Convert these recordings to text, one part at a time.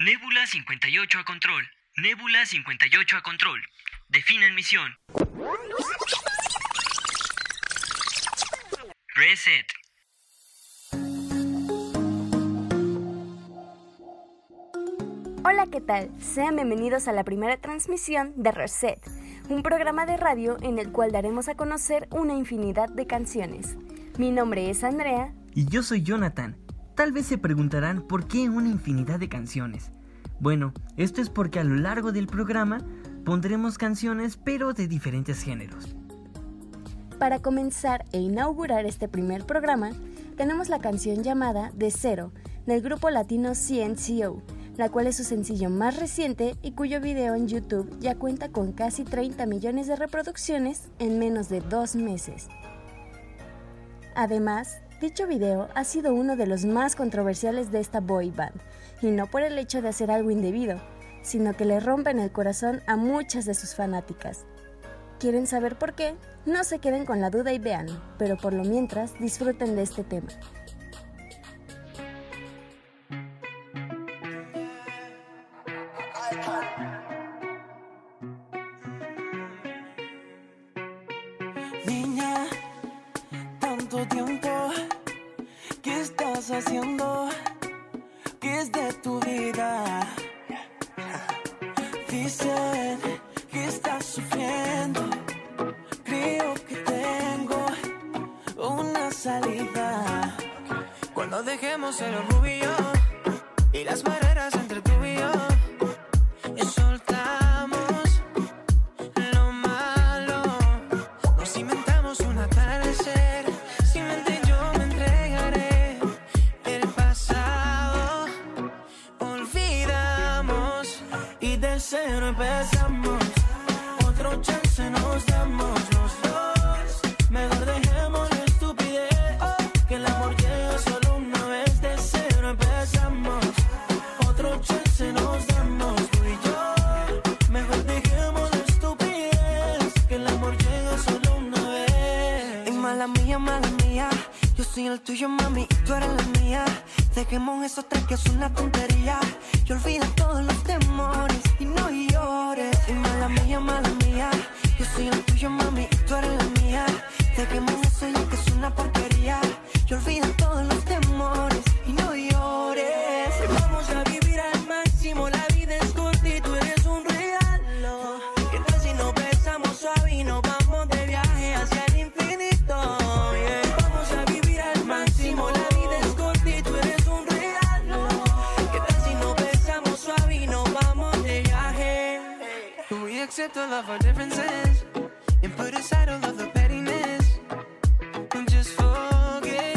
Nébula 58 a control. Nébula 58 a control. Definen misión. Reset. Hola, ¿qué tal? Sean bienvenidos a la primera transmisión de Reset, un programa de radio en el cual daremos a conocer una infinidad de canciones. Mi nombre es Andrea. Y yo soy Jonathan. Tal vez se preguntarán por qué una infinidad de canciones. Bueno, esto es porque a lo largo del programa pondremos canciones pero de diferentes géneros. Para comenzar e inaugurar este primer programa, tenemos la canción llamada De Cero, del grupo latino CNCO, la cual es su sencillo más reciente y cuyo video en YouTube ya cuenta con casi 30 millones de reproducciones en menos de 2 meses. Además, dicho video ha sido uno de los más controversiales de esta boy band, y no por el hecho de hacer algo indebido, sino que le rompen el corazón a muchas de sus fanáticas. ¿Quieren saber por qué? No se queden con la duda y véanlo, pero por lo mientras disfruten de este tema. Niña, tanto tiempo, ¿qué estás haciendo? ¿Qué es de tu vida? Dicen que estás sufriendo. Creo que tengo una salida. Cuando dejemos el orgullo y las barreras entre tú y yo, y soltamos lo malo, nos inventamos un atardecer. Sin mente yo me entregaré. El pasado olvidamos y de cero empezamos. Otro chance nos damos los dos. Mejor dejemos la estupidez, que el amor llega solo una vez. De cero empezamos. Otro chance nos damos tú y yo. Mejor dejemos la estupidez, que el amor llega solo una vez. Y mala mía, yo soy el tuyo, mami, y tú eres la mía. Dejemos esos tres que es una tontería. Y olvida todos los temores y no llores. Y mala mía, yo soy el tuyo, mami, y tú eres la mía. Dejemos eso ya que es una porquería. Y olvida todos los temores y no llores. Vamos a vivir al máximo, la vida es corta y tú eres un regalo. ¿Qué tal si nos besamos suave y nos vamos de viaje hacia el infinito? Yeah. Vamos a vivir al máximo, la vida es corta y tú eres un regalo. ¿Qué tal si nos besamos suave y nos vamos de viaje? We accept all of our differences and put aside all of the pettiness and just forget,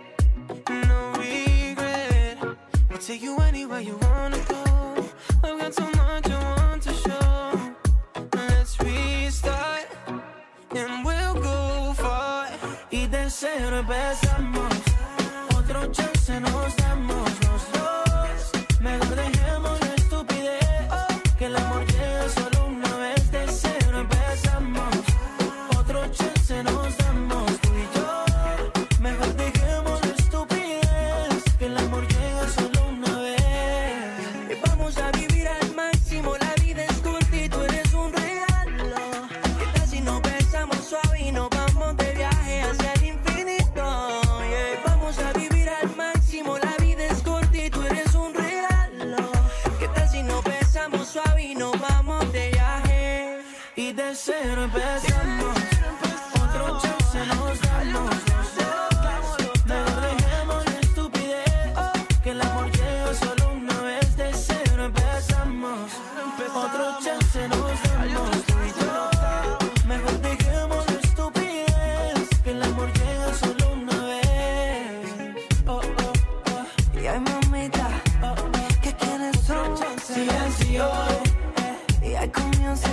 no regret. I'll take you anywhere you wanna go. I've got so much I want to show. Let's restart and we'll go far. Y de cero empezamos. Otro chance nos damos los dos. Mejor dejemos la estupidez, que el amor llega solo una vez. De cero empezamos. Otro chance nos damos tú y yo. Mejor dejemos la estupidez, que el amor llega solo una vez. Y vamos a vivir al máximo, la vida es corta y tú eres un regalo. ¿Qué tal si nos besamos suave y nos vamos de viaje hacia el infinito? Yeah. Vamos a vivir al máximo, la vida es corta y tú eres un regalo. ¿Qué tal si nos besamos suave y nos vamos de viaje? Y de cero empezamos. Otro chance nos damos los dos. Mejor dejemos la estupidez, que el amor llega solo una vez. De cero empezamos. Otro chance nos damos tú y yo. Mejor dejemos la estupidez, que el amor llega solo una vez. Oh, oh, oh. Y ay, mamita, ¿qué quieres son? Silencio. Y ay, comienza.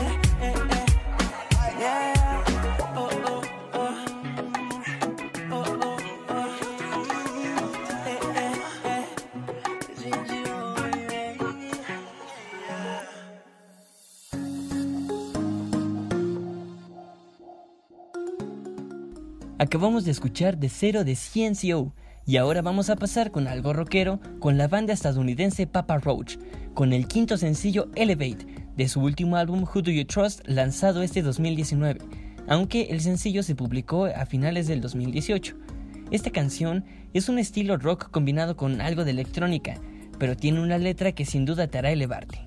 Yeah. Oh, oh, oh. Oh, oh, oh. Silencio, baby. Acabamos de escuchar De Cero de CNCO, Y ahora vamos a pasar con algo rockero con la banda estadounidense Papa Roach, con el quinto sencillo Elevate, de su último álbum Who Do You Trust, lanzado este 2019, aunque el sencillo se publicó a finales del 2018. Esta canción es un estilo rock combinado con algo de electrónica, pero tiene una letra que sin duda te hará elevarte.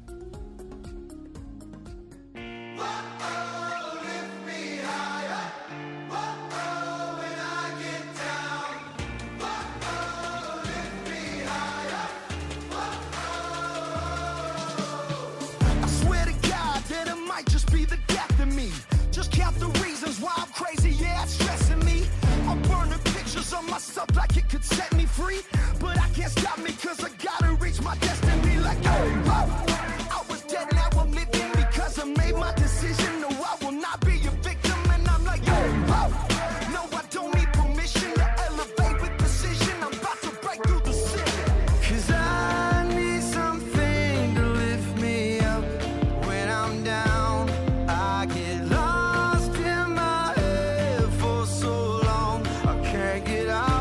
Like it could set me free, but I can't stop me cause I gotta reach my destiny. Like, hey, I was dead, now I'm living because I made my decision. No, I will not be a victim, and I'm like, hey, no, I don't need permission to elevate with precision. I'm about to break through the ceiling. Cause I need something to lift me up when I'm down. I get lost in my head for so long, I can't get out.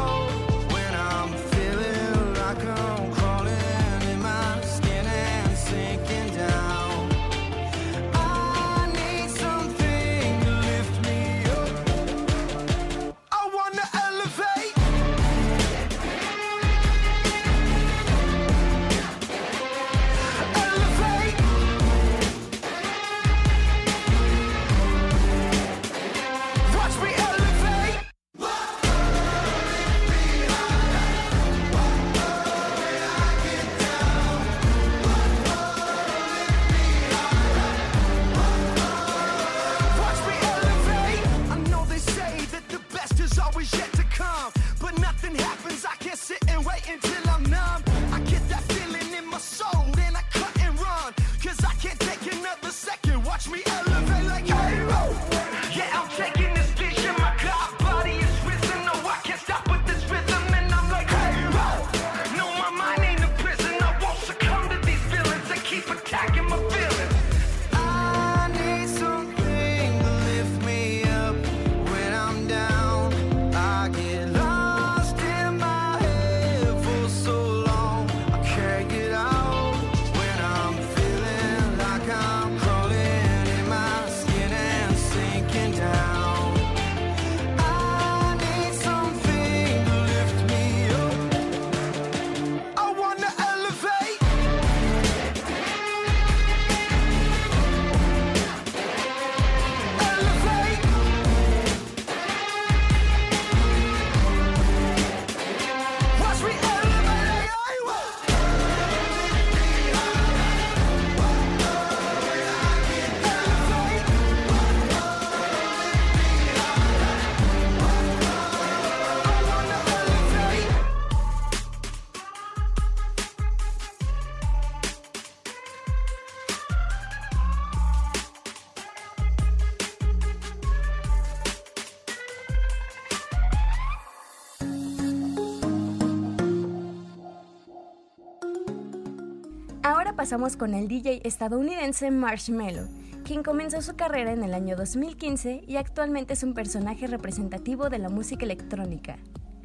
Ahora pasamos con el DJ estadounidense Marshmello, quien comenzó su carrera en el año 2015 y actualmente es un personaje representativo de la música electrónica.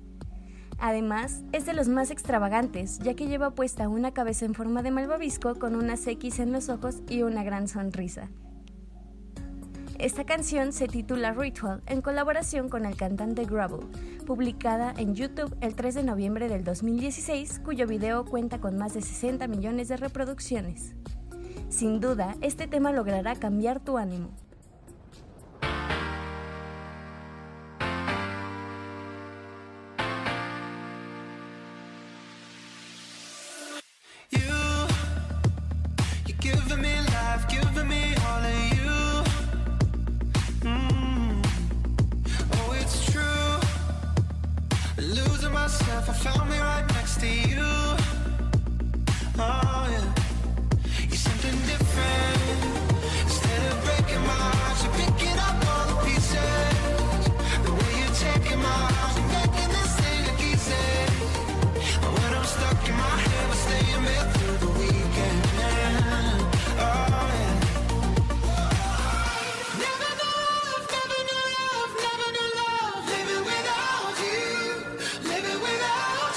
Además, es de los más extravagantes, ya que lleva puesta una cabeza en forma de malvavisco con unas X en los ojos y una gran sonrisa. Esta canción se titula Ritual en colaboración con el cantante Gravel, publicada en YouTube el 3 de noviembre del 2016, cuyo video cuenta con más de 60 millones de reproducciones. Sin duda, este tema logrará cambiar tu ánimo. I found me right next to you. Oh yeah, you're something different. Instead of breaking my heart, you're picking up all the pieces. The way you're taking my heart, you're making this thing a pieces. And when I'm stuck in my head, we're staying there through the weekend. Oh yeah. Never knew love, never knew love, never knew love. Living without you, living without.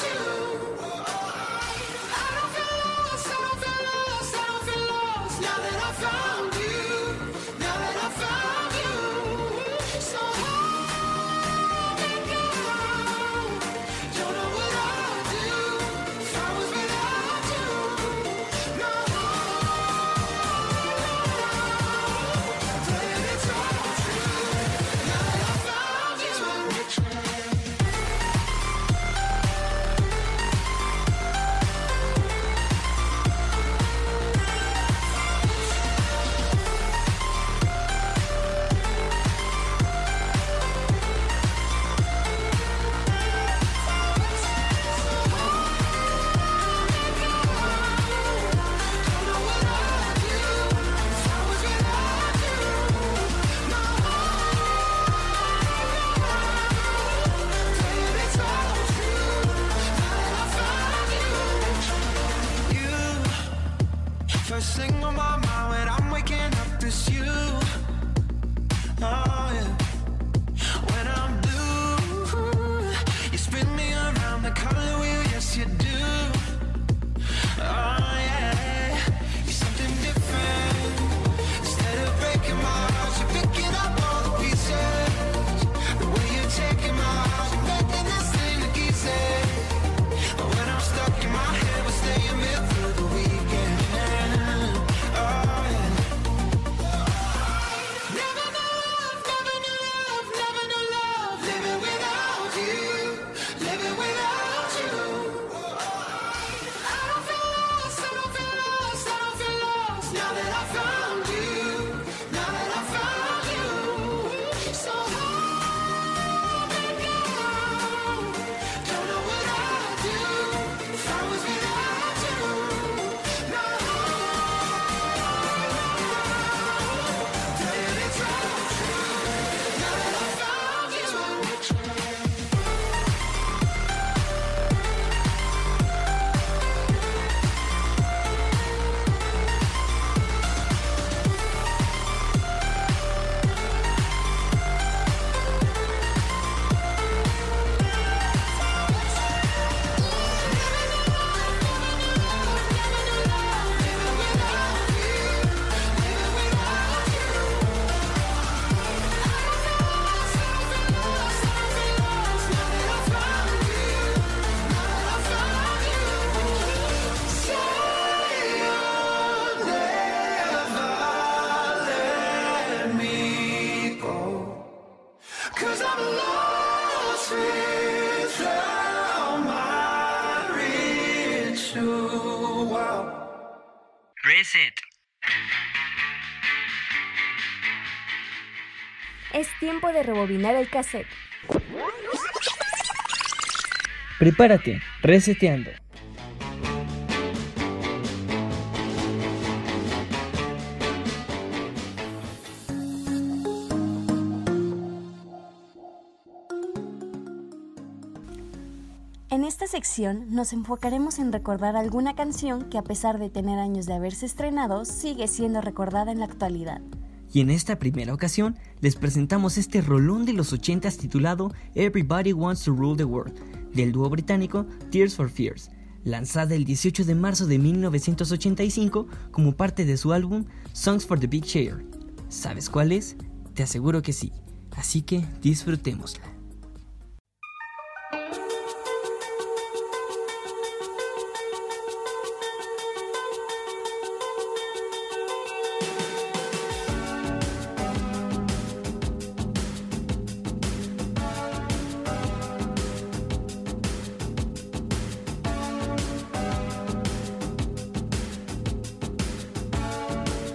First thing on my mind when I'm waking up is you. Oh yeah. When I'm blue, you spin me around the color wheel, yes you do. Oh yeah. You're something different. Instead of breaking my heart, you're picking up all the pieces. The way you're taking my heart, you're making this thing look easy. When I'm stuck in my head, we're staying here through the weekend. Oh yeah. Never knew love, never knew love, never knew love. Living without you, living without you. I don't feel lost, I don't feel lost, I don't feel lost. Now that I found you, now that I found you. So high and down, don't know what I'd do if I was without you. Now that it's all true, now that I found you. Cause I'm lost without my ritual. Reset. Es tiempo de rebobinar el cassette. Prepárate, reseteando. En esta sección nos enfocaremos en recordar alguna canción que a pesar de tener años de haberse estrenado, sigue siendo recordada en la actualidad. Y en esta primera ocasión les presentamos este rolón de los 80s titulado Everybody Wants to Rule the World, del dúo británico Tears for Fears, lanzada el 18 de marzo de 1985 como parte de su álbum Songs for the Big Chair. ¿Sabes cuál es? Te aseguro que sí, así que disfrutémosla.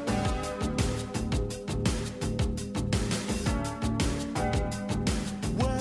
Well,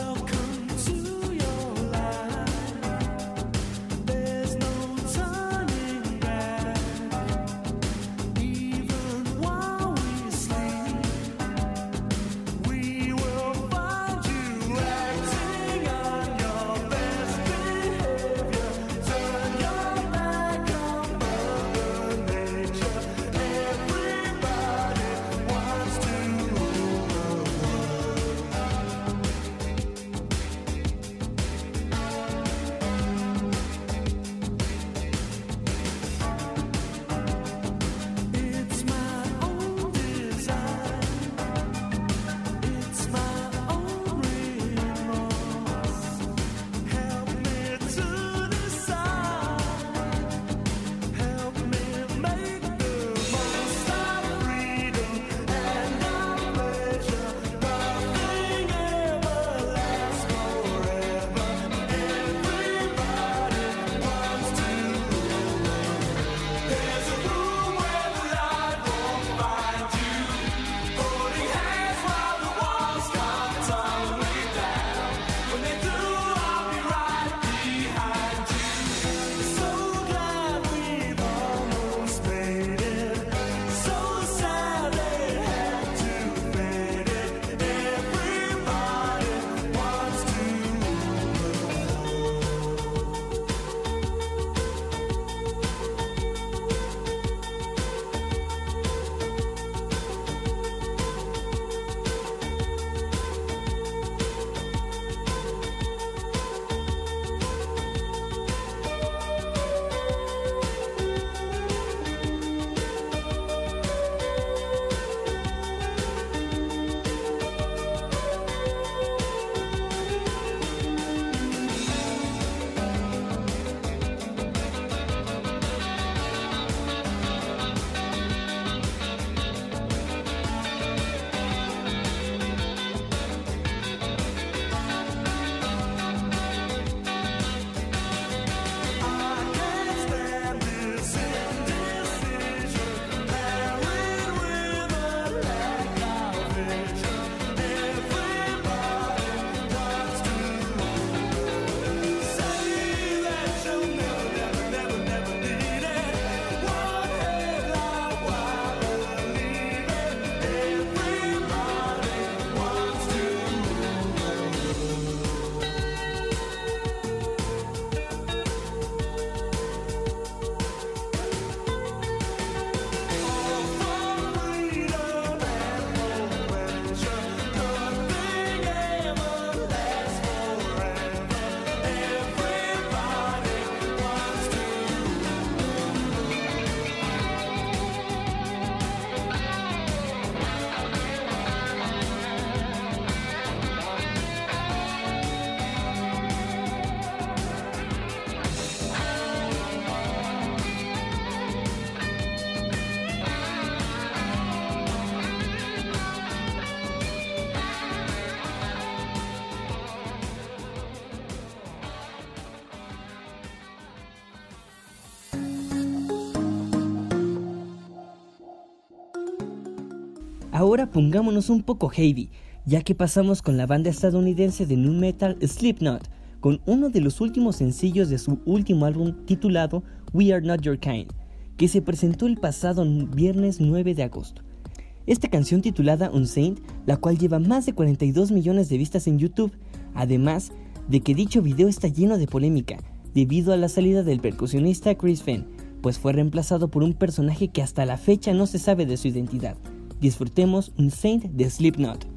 Ahora pongámonos un poco heavy, ya que pasamos con la banda estadounidense de nu metal Slipknot, con uno de los últimos sencillos de su último álbum titulado We Are Not Your Kind, que se presentó el pasado viernes 9 de agosto. Esta canción titulada Unsaint, la cual lleva más de 42 millones de vistas en YouTube, además de que dicho video está lleno de polémica, debido a la salida del percusionista Chris Fehn, pues fue reemplazado por un personaje que hasta la fecha no se sabe de su identidad. Disfrutemos Unsaint de Slipknot.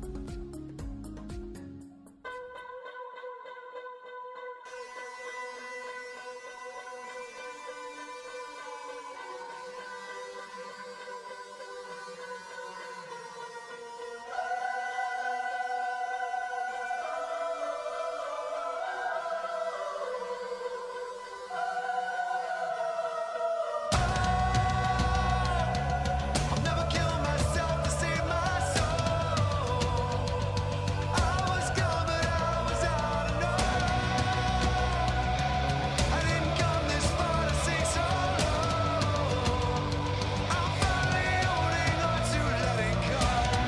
I'll never kill myself to save my soul. I was gone, but I was out of know. I didn't come this far to sing so low. I'm finally holding on to letting go.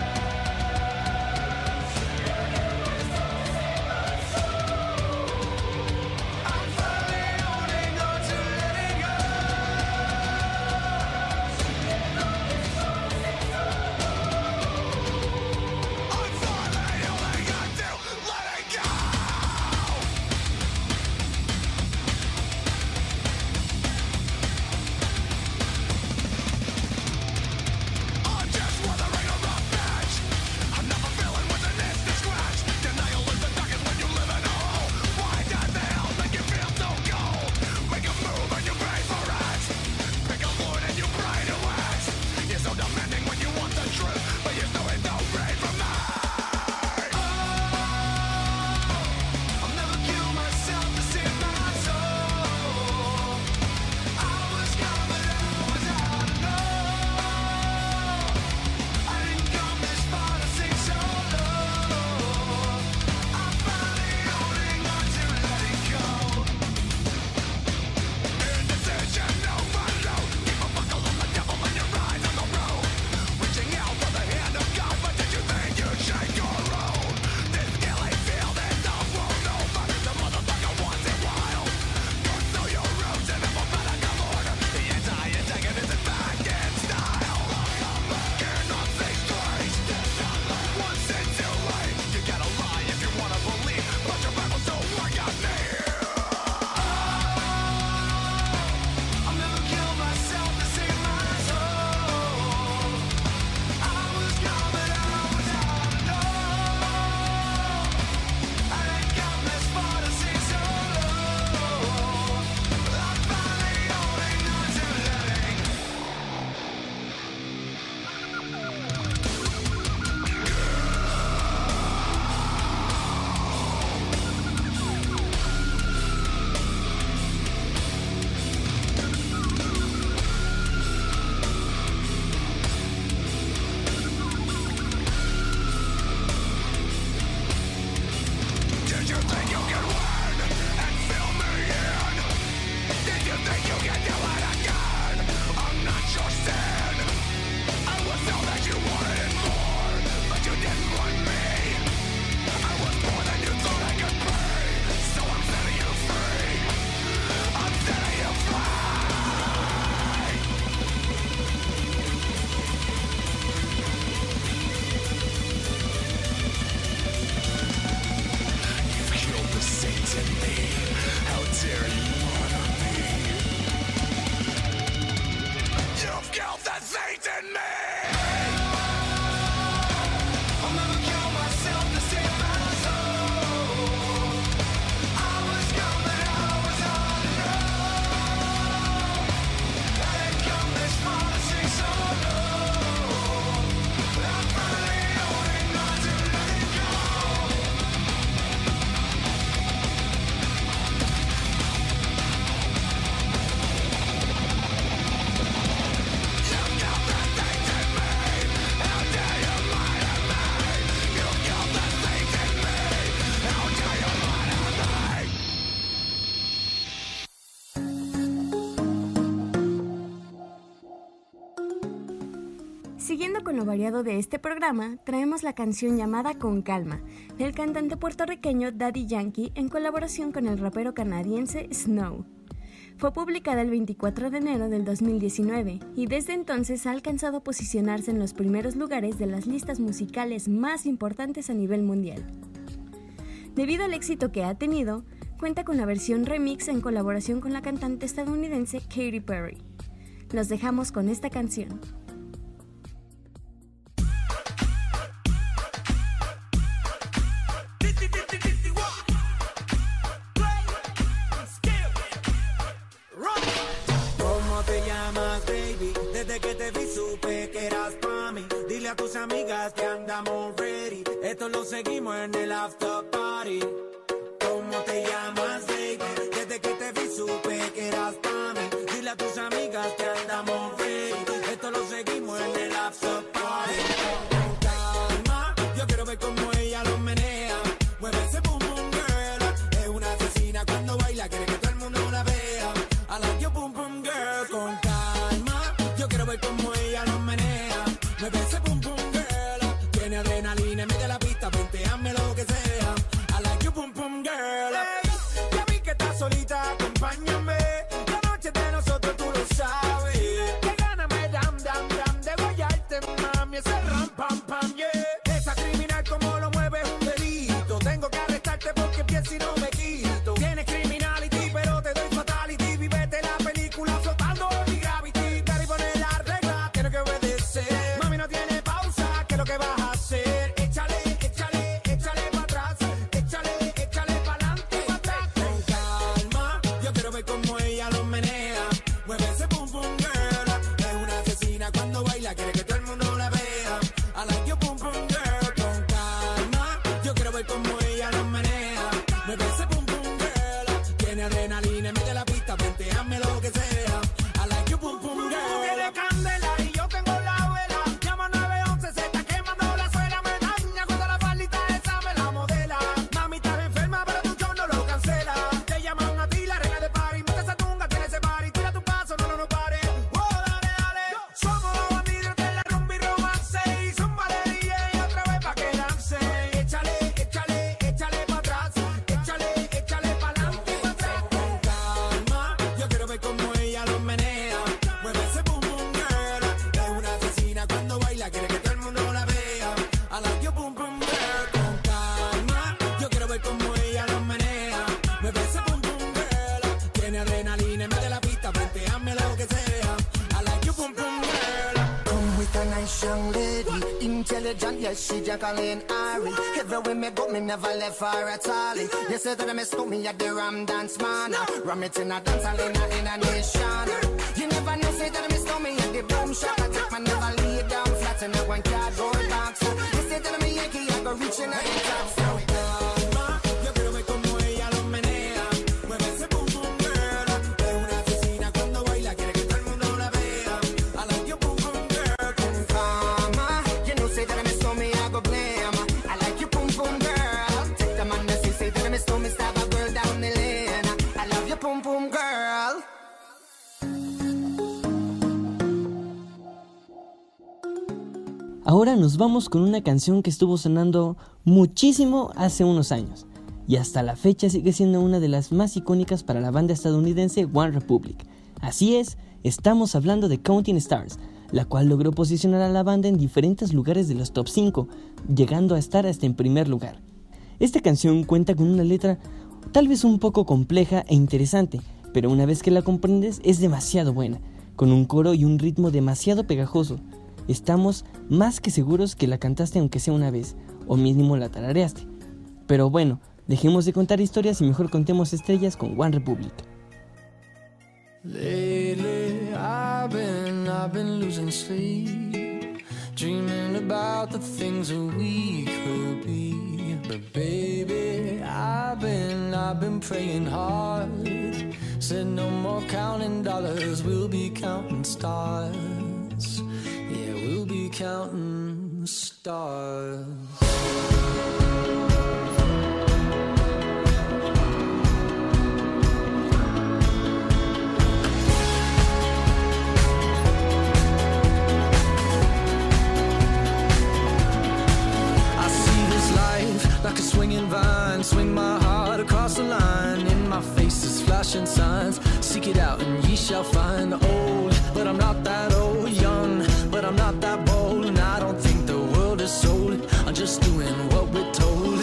I'm finally holding on to letting go. I'm finally holding on to letting go. I'm just weathering a rough patch. I'm never feeling what's in this to scratch. Denial is the darkest when you live in a hole. Why does the hell make you feel so cold? Make a move and you pay for it. Pick a lord and you pray to it. You're so demanding when you want the truth, but you know it don't rain from me. I'll never kill myself to save my soul. I was gone, but I was out of know. I didn't come this far to sing so low. I'm finally holding on to letting go. Indecision, overload. Keep a buckle on the devil and your eyes on the road. Reaching out for the hand of God, but did you think you'd shake your own? This killing field is a world over. The motherfucker wants it wild. Go sow your roots in alphabetical order. The anti-antagonist back in style. Cannot think straight. Once it's too late, you gotta lie if you wanna believe, but your Bible's don't work on me. I'll never kill myself to save my soul. I was gone, but I was out of know. I didn't come this far to sing so low. I'm finally holding on to letting go. Did you think you could win and fill me in? Did you think you could do it again? I'm not your sin. I was all that you wanted more, but you didn't want me. I was more than you thought I could be, so I'm setting you free. I'm setting you free. You've killed the saints in me. How dare you honor me? Siguiendo con lo variado de este programa, traemos la canción llamada Con Calma, del cantante puertorriqueño Daddy Yankee en colaboración con el rapero canadiense Snow. Fue publicada el 24 de enero del 2019 y desde entonces ha alcanzado a posicionarse en los primeros lugares de las listas musicales más importantes a nivel mundial. Debido al éxito que ha tenido, cuenta con la versión remix en colaboración con la cantante estadounidense Katy Perry. Los dejamos con esta canción. ¿Cómo te llamas, baby? Desde que te vi supe que eras pa' mí. Dile a tus amigas que andamos ready. Esto lo seguimos en el after party. ¿Cómo te llamas, baby? Desde que te vi supe que eras pa' mí. Dile a tus amigas que andamos ready. Esto lo seguimos en el after party. Con calma, yo quiero ver cómo ella lo menea. Mueve ese boom boom girl. Es una asesina cuando baila, quiere que todo el mundo la vea. I like your boom boom girl. Con calma, yo quiero ver cómo ella lo menea. Mueve ese boom boom girl. Tiene adrenalina, mete la pista, penteame lo que sea. I like your boom boom girl. Hey, ya vi que estás solita, acompáñame. La noche es de nosotros, tú lo sabes. Que gana me dam de guayarte, mami. Ese ram pam pam, yeah. Esa criminal como lo mueve es un delito. Tengo que arrestarte porque pienso y no me quito. Tienes criminality, pero te doy fatality. Vivete la película flotando en mi gravity. Cari pone la regla, tiene que obedecer. Mami no tiene pausa, ¿qué es lo que vas a hacer? Échale pa' atrás. Échale pa'lante y pa' atrás. Con calma, yo quiero ver cómo ella lo menea. Mueve ese boom boom girl. Es una asesina cuando baila, quiere que todo el mundo la vea. I like your boom boom girl. Con calma, yo quiero ver cómo ella lo menea. Mueve ese boom boom girl. Tiene adrenalina, mete la pista, penteame lo que sea. I like your boom boom girl. Tú tienes candela y yo tengo la vela. Llama 911, se está quemando la suela. Me daña cuando la palita esa me la modela. Mami, estás enferma, pero tu show no lo cancela. Te llaman a ti, la reina de party. Mete esa tunga, tiene ese party. Tira tu paso, no pares. Oh, dale. Somos los bandidos de la rumba y romance. Y zumba de DJ otra vez pa' que lance. Échale pa' atrás. Échale pa'lante y pa' atrás. Con calma, yo quiero ver cómo ella lo menea. Mueve ese boom boom girl. Es una asesina cuando baila, quiere que todo el mundo la vea. I like your boom boom girl. Con calma, yo quiero ver cómo ella lo menea. Mueve ese boom boom girl. Tiene adrenalina, mete la pista, penteame lo que sea. I like your boom boom girl. Come with a nice young lady, intelligent, yes, she Jacqueline Ari. Everywhere me go, me never left her at all. You say that I miss me at the Ram Dance Man. Ram it in a dance hall in a nation. You never know, say that I miss me at the Boom Shop. I take my never lay down flat in a one cardboard box. You say that I'm a Yankee, I go reaching at the top. So Calma, yo quiero ver cómo ella lo menea. Mueve ese boom boom girl. Es una asesina cuando baila, quiere que todo el mundo la vea. I like your boom boom girl. Con Mama, you know, say that I miss me, I go blame. I like you, boom boom girl. Take the man that say that I miss me, stab a girl down the lane. I love you, boom boom girl. Ahora nos vamos con una canción que estuvo sonando muchísimo hace unos años y hasta la fecha sigue siendo una de las más icónicas para la banda estadounidense One Republic. Así es, estamos hablando de Counting Stars, la cual logró posicionar a la banda en diferentes lugares de los top 5, llegando a estar hasta en primer lugar. Esta canción cuenta con una letra tal vez un poco compleja e interesante, pero una vez que la comprendes es demasiado buena, con un coro y un ritmo demasiado pegajoso. Estamos más que seguros que la cantaste aunque sea una vez, o mínimo la tarareaste. Pero bueno, dejemos de contar historias y mejor contemos estrellas con One Republic. Lately I've been losing sleep, dreaming about the things that we could be. But baby, I've been praying hard. Said no more counting dollars, we'll be counting stars. Yeah, we'll be counting stars. flashing signs. Seek it out and ye shall find. Old, but I'm not that old. Young, but I'm not that bold. And I don't think the world is sold. I'm just doing what we're told.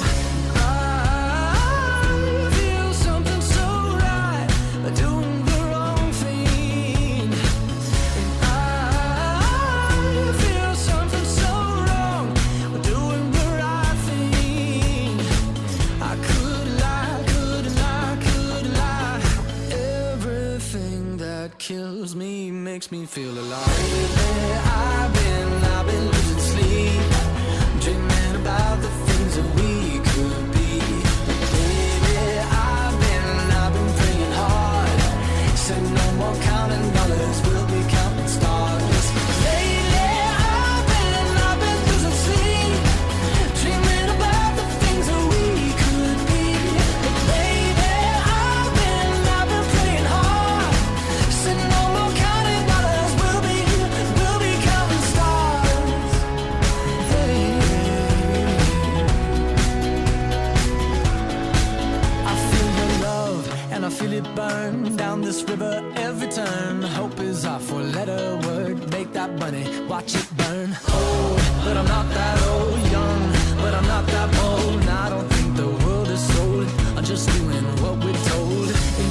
I feel something so right, doing the wrong thing. And I feel something so wrong, doing the right thing. I could lie, could lie. Everything that kills me makes me feel alive. I've been losing sleep, dreaming about the things that we could be. Baby, I've been praying hard. Said no more counting dollars, we'll be counting stars. Lately, I've been losing sleep, dreaming about the things that we could be. But baby, I've been praying hard. Said no more counting dollars, we'll be counting stars. Hey. I feel your love and I feel it burn down this river every turn. Hope is our four-letter word. Make that money, watch it burn. Old, but I'm not that old. Young, but I'm not that bold. And I don't think the world is sold. I'm just doing what we're told. And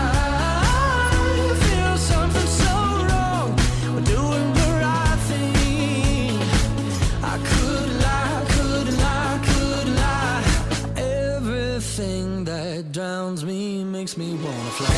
I feel something so wrong. We're doing the right thing. I could lie, could lie. Everything that drowns me makes me wanna fly.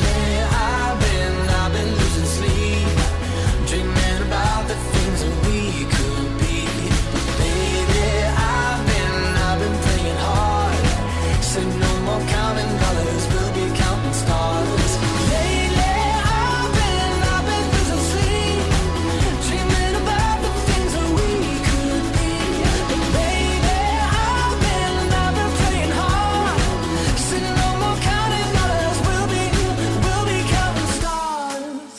I've been losing sleep, dreaming about the things that we could be. Baby, I've been praying hard. Said no more counting dollars, we'll be counting stars. Lately, I've been losing sleep, dreaming about the things that we could be. But baby, I've been praying hard. Said no more counting dollars, we'll be counting stars.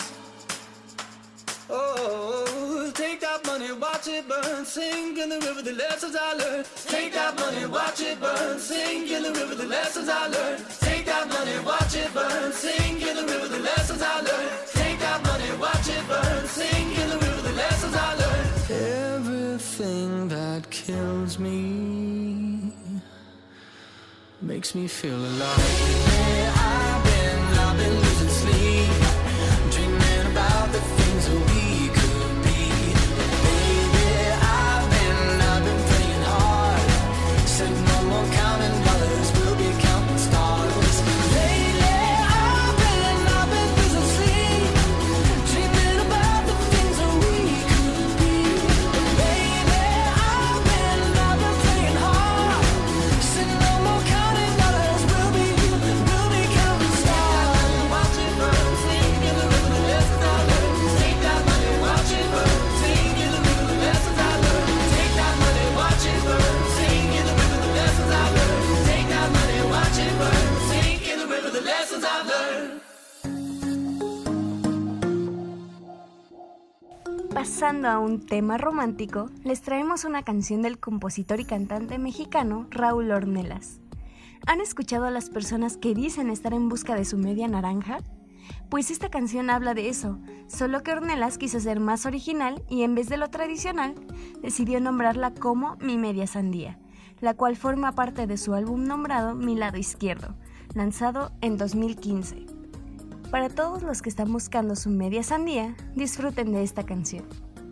Oh, take that money, watch it burn, sink in the river, the lessons I learned. Take that money, watch it burn, sink in the river, the lessons I learned. Take that money, watch it burn, sink in the river, the lessons I learned. Take that money, watch it burn, sink in the river, the lessons I learned. Everything that kills me makes me feel alive. I've been losing sleep, dreaming about the things that we could be. Baby, I've been praying hard. Said no more counting dollars, we'll be counting stars. Lately, I've been losing sleep, dreaming about the things that we could be. Baby, I've been praying hard. Said no more counting dollars, we'll be counting stars. Watch it burn, sink in the river, the lessons I learned. Take that money, watch it burn, sink in the river, the lessons I learned. Take that money, watch it burn, sink in the river, the lessons I learned. Take that money, watch it burn, sink in the river, the lessons I learned. Pasando a un tema romántico, les traemos una canción del compositor y cantante mexicano Raúl Ornelas. ¿Han escuchado a las personas que dicen estar en busca de su media naranja? Pues esta canción habla de eso, solo que Ornelas quiso ser más original y en vez de lo tradicional, decidió nombrarla como Mi Media Sandía, la cual forma parte de su álbum nombrado Mi Lado Izquierdo, lanzado en 2015. Para todos los que están buscando su media sandía, disfruten de esta canción.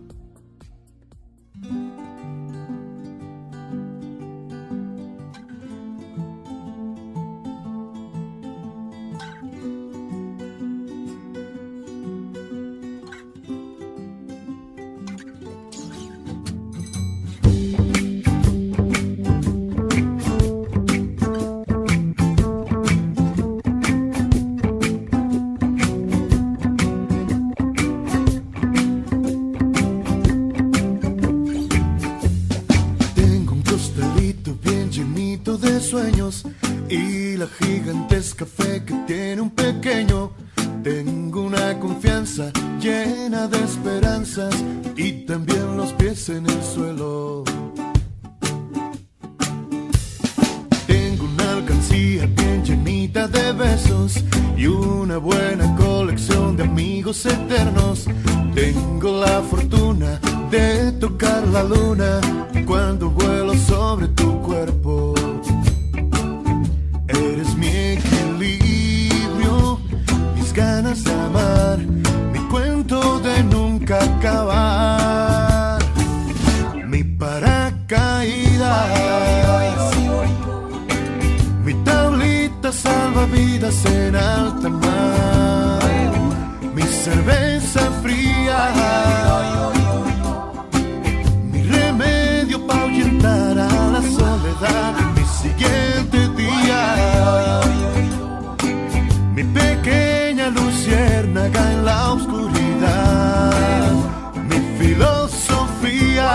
sueños y la gigantesca fe que tiene un pequeño. Tengo una confianza llena de esperanzas y también los pies en el suelo. Tengo una alcancía bien llenita de besos y una buena colección de amigos eternos. Tengo la fortuna de tocar la luna cuando vuelo sobre tu cuerpo. Eres mi equilibrio, mis ganas de amar, mi cuento de nunca acabar, mi paracaídas, mi tablita salvavidas en alta mar, mi cerveza fría, mi remedio para ahuyentar a la soledad, mi siguiente día, mi pequeña luciérnaga en la oscuridad, mi filosofía,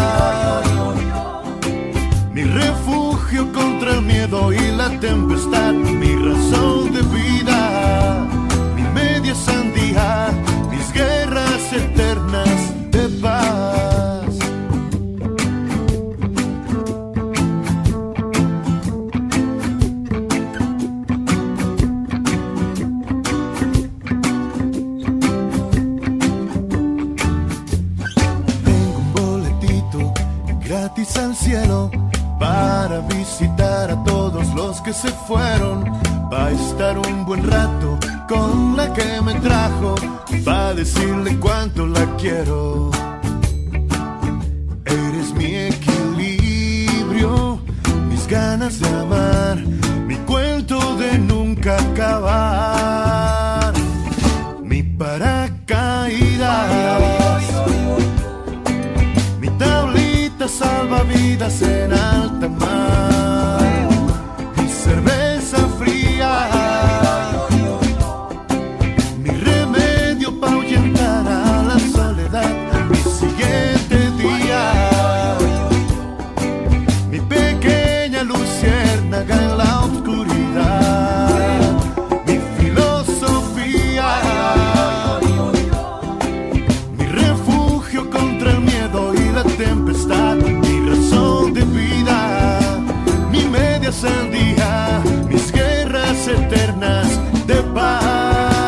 mi refugio contra el miedo y la tempestad, mi razón de vida, mi media sandía, mis guerras eternas de paz. Tengo un boletito gratis al cielo para visitar a todos los que se fueron, va a estar un buen rato con la que me trajo, va a decirle cuánto la quiero. Eres mi equilibrio, mis ganas de amar, mi cuento de nunca acabar, mi paracaídas, mi tablita salvavidas en alta mar, mi cerveza fría, mi remedio para ahuyentar a la soledad, mi siguiente día, mi pequeña luciérnaga en la oscuridad, mi filosofía, mi refugio contra el miedo y la tempestad, mi razón de vida, mi media sandía, mis guerras eternas de paz.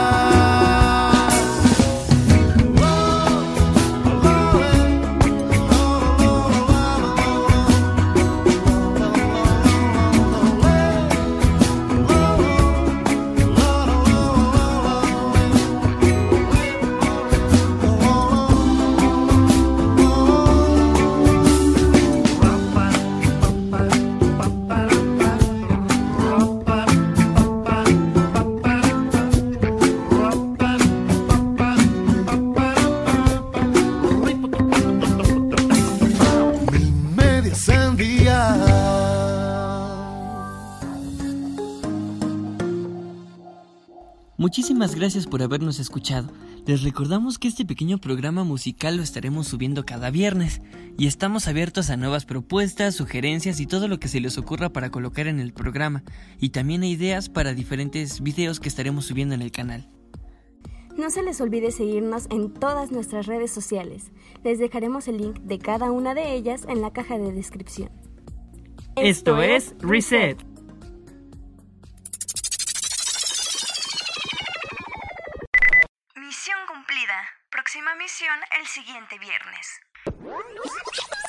Muchísimas gracias por habernos escuchado. Les recordamos que este pequeño programa musical lo estaremos subiendo cada viernes y estamos abiertos a nuevas propuestas, sugerencias y todo lo que se les ocurra para colocar en el programa, y también a ideas para diferentes videos que estaremos subiendo en el canal. No se les olvide seguirnos en todas nuestras redes sociales. Les dejaremos el link de cada una de ellas en la caja de descripción. Esto es Reset. Misión cumplida. Próxima misión el siguiente viernes.